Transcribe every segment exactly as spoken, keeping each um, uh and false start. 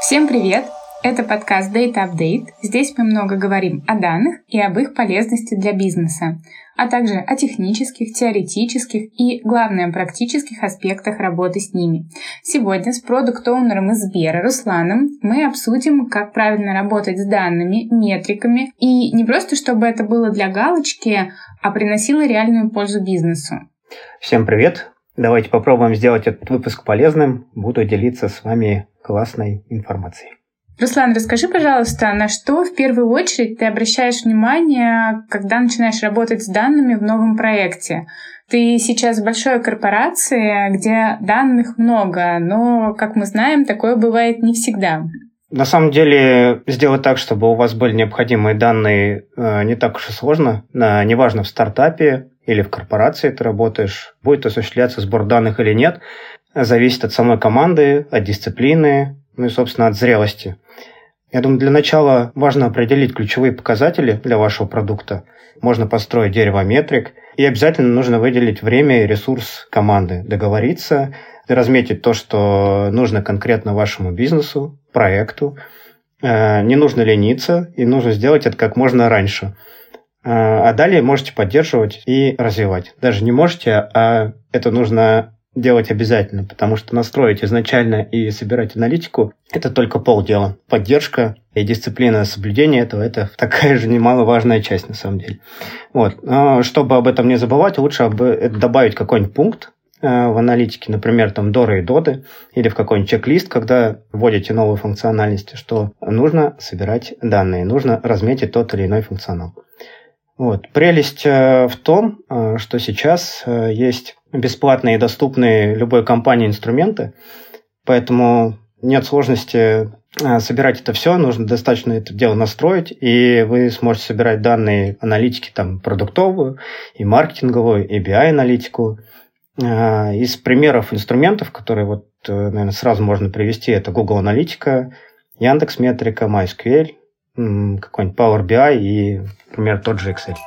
Всем привет! Это подкаст Data Update. Здесь мы много говорим о данных и об их полезности для бизнеса, а также о технических, теоретических и, главное, практических аспектах работы с ними. Сегодня с продукт-оунером из Сбера Русланом мы обсудим, как правильно работать с данными, метриками, и не просто чтобы это было для галочки, а приносило реальную пользу бизнесу. Всем привет! Давайте попробуем сделать этот выпуск полезным. Буду делиться с вами классной информацией. Руслан, расскажи, пожалуйста, на что в первую очередь ты обращаешь внимание, когда начинаешь работать с данными в новом проекте? Ты сейчас в большой корпорации, где данных много, но, как мы знаем, такое бывает не всегда. На самом деле, сделать так, чтобы у вас были необходимые данные, не так уж и сложно. Неважно, в стартапе или в корпорации ты работаешь, будет осуществляться сбор данных или нет, зависит от самой команды, от дисциплины, ну и, собственно, от зрелости. Я думаю, для начала важно определить ключевые показатели для вашего продукта. Можно построить дерево метрик, и обязательно нужно выделить время и ресурс команды, договориться, разметить то, что нужно конкретно вашему бизнесу, проекту. Не нужно лениться, и нужно сделать это как можно раньше. А далее можете поддерживать и развивать. Даже не можете, а это нужно делать обязательно, потому что настроить изначально и собирать аналитику – это только полдела. Поддержка и дисциплина соблюдения этого – это такая же немаловажная часть на самом деле. Вот. Но чтобы об этом не забывать, лучше добавить какой-нибудь пункт в аналитике, например, там доры и доды, или в какой-нибудь чек-лист, когда вводите новые функциональности, что нужно собирать данные, нужно разметить тот или иной функционал. Вот. Прелесть в том, что сейчас есть бесплатные и доступные любой компании инструменты, поэтому нет сложности собирать это все, нужно достаточно это дело настроить, и вы сможете собирать данные аналитики, там, продуктовую, и маркетинговую, и би ай-аналитику. Из примеров инструментов, которые, вот, наверное, сразу можно привести, это Google Аналитика, Яндекс.Метрика, MySQL, какой-нибудь Power би ай и, например, тот же Excel.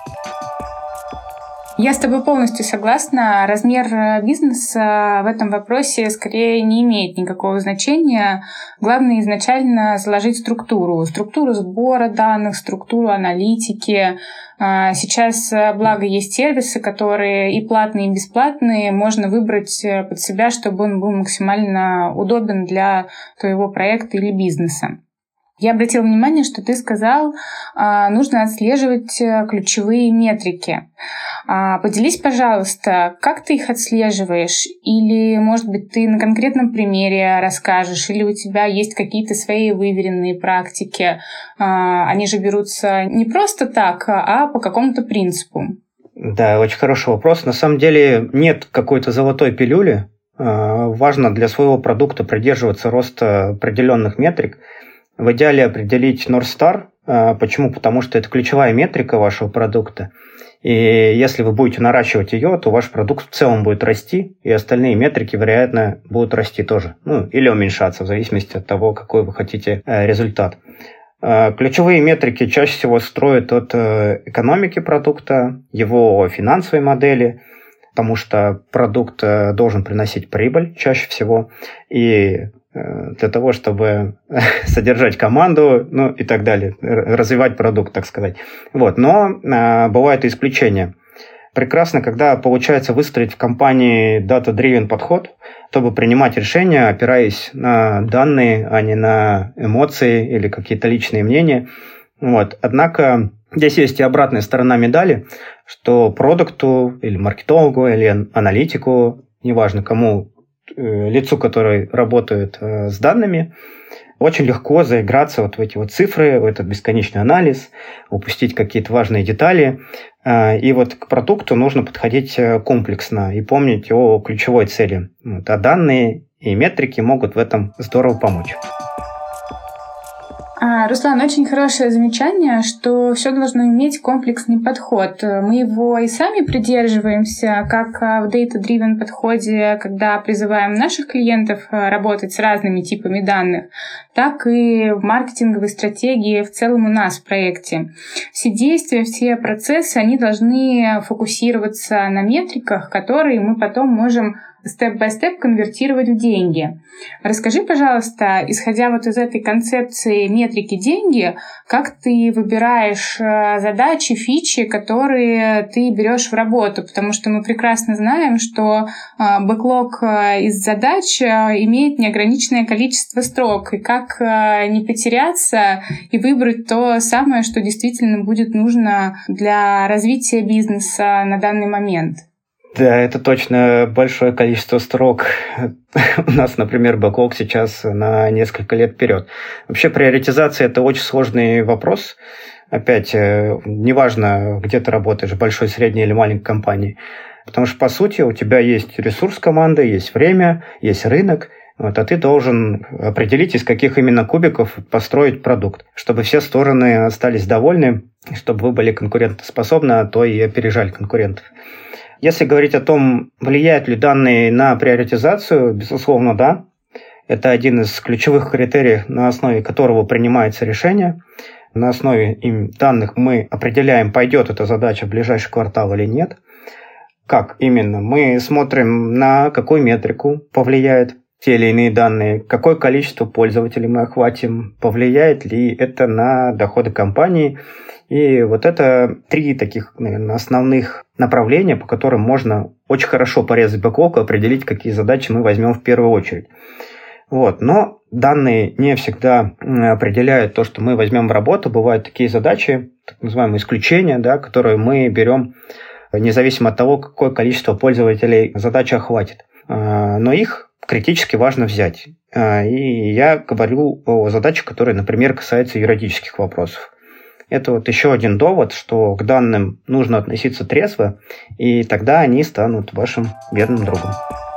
Я с тобой полностью согласна. Размер бизнеса в этом вопросе скорее не имеет никакого значения. Главное изначально заложить структуру. Структуру сбора данных, структуру аналитики. Сейчас, благо, есть сервисы, которые и платные, и бесплатные. Можно выбрать под себя, чтобы он был максимально удобен для твоего проекта или бизнеса. Я обратила внимание, что ты сказал, нужно отслеживать ключевые метрики. Поделись, пожалуйста, как ты их отслеживаешь? Или, может быть, ты на конкретном примере расскажешь? Или у тебя есть какие-то свои выверенные практики? Они же берутся не просто так, а по какому-то принципу. Да, очень хороший вопрос. На самом деле нет какой-то золотой пилюли. Важно для своего продукта придерживаться роста определенных метрик. В идеале определить North Star. Почему? Потому что это ключевая метрика вашего продукта. И если вы будете наращивать ее, то ваш продукт в целом будет расти, и остальные метрики, вероятно, будут расти тоже. Ну, или уменьшаться, в зависимости от того, какой вы хотите результат. Ключевые метрики чаще всего строят от экономики продукта, его финансовой модели, потому что продукт должен приносить прибыль чаще всего, и для того, чтобы содержать команду, ну и так далее, развивать продукт, так сказать. Вот. Но э, бывают и исключения. Прекрасно, когда получается выстроить в компании data-driven подход, чтобы принимать решения, опираясь на данные, а не на эмоции или какие-то личные мнения. Вот. Однако здесь есть и обратная сторона медали, что продукту или маркетологу, или аналитику, неважно кому, лицу, который работает э, с данными, очень легко заиграться вот в эти вот цифры, в этот бесконечный анализ, упустить какие-то важные детали. Э, и вот к продукту нужно подходить комплексно и помнить о ключевой цели. Вот, а данные и метрики могут в этом здорово помочь. Руслан, очень хорошее замечание, что все должно иметь комплексный подход. Мы его и сами придерживаемся, как в data-driven подходе, когда призываем наших клиентов работать с разными типами данных, так и в маркетинговой стратегии в целом у нас в проекте. Все действия, все процессы, они должны фокусироваться на метриках, которые мы потом можем степ-бай-степ конвертировать в деньги. Расскажи, пожалуйста, исходя вот из этой концепции метрики деньги, как ты выбираешь задачи, фичи, которые ты берешь в работу? Потому что мы прекрасно знаем, что бэклог из задач имеет неограниченное количество строк. И как не потеряться и выбрать то самое, что действительно будет нужно для развития бизнеса на данный момент? Да, это точно большое количество строк. У нас, например, бэклог сейчас на несколько лет вперед. Вообще, приоритизация – это очень сложный вопрос. Опять, неважно, где ты работаешь, большой, средней или маленькой компании. Потому что, по сути, у тебя есть ресурс команды, есть время, есть рынок, вот, а ты должен определить, из каких именно кубиков построить продукт, чтобы все стороны остались довольны, чтобы вы были конкурентоспособны, а то и опережали конкурентов. Если говорить о том, влияют ли данные на приоритизацию, безусловно, да. Это один из ключевых критериев, на основе которого принимается решение. На основе им данных мы определяем, пойдет эта задача в ближайший квартал или нет. Как именно? Мы смотрим, на какую метрику повлияют те или иные данные, какое количество пользователей мы охватим, повлияет ли это на доходы компании. И вот это три таких, наверное, основных направления, по которым можно очень хорошо порезать бэклог и определить, какие задачи мы возьмем в первую очередь. Вот. Но данные не всегда определяют то, что мы возьмем в работу. Бывают такие задачи, так называемые исключения, да, которые мы берем независимо от того, какое количество пользователей задача охватит. Но их критически важно взять. И я говорю о задачах, которые, например, касаются юридических вопросов. Это вот еще один довод, что к данным нужно относиться трезво, и тогда они станут вашим верным другом.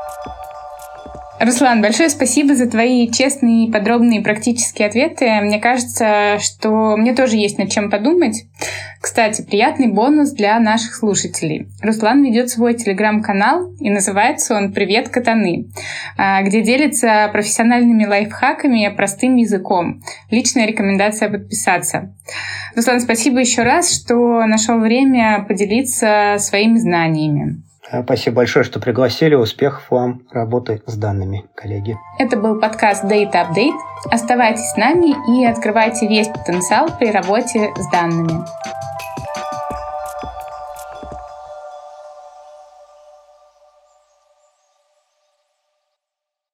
Руслан, большое спасибо за твои честные, подробные, практические ответы. Мне кажется, что мне тоже есть над чем подумать. Кстати, приятный бонус для наших слушателей. Руслан ведет свой телеграм-канал, и называется он «Привет, катаны», где делится профессиональными лайфхаками простым языком. Личная рекомендация подписаться. Руслан, спасибо еще раз, что нашел время поделиться своими знаниями. Спасибо большое, что пригласили. Успехов вам работы с данными, коллеги. Это был подкаст Data Update. Оставайтесь с нами и открывайте весь потенциал при работе с данными.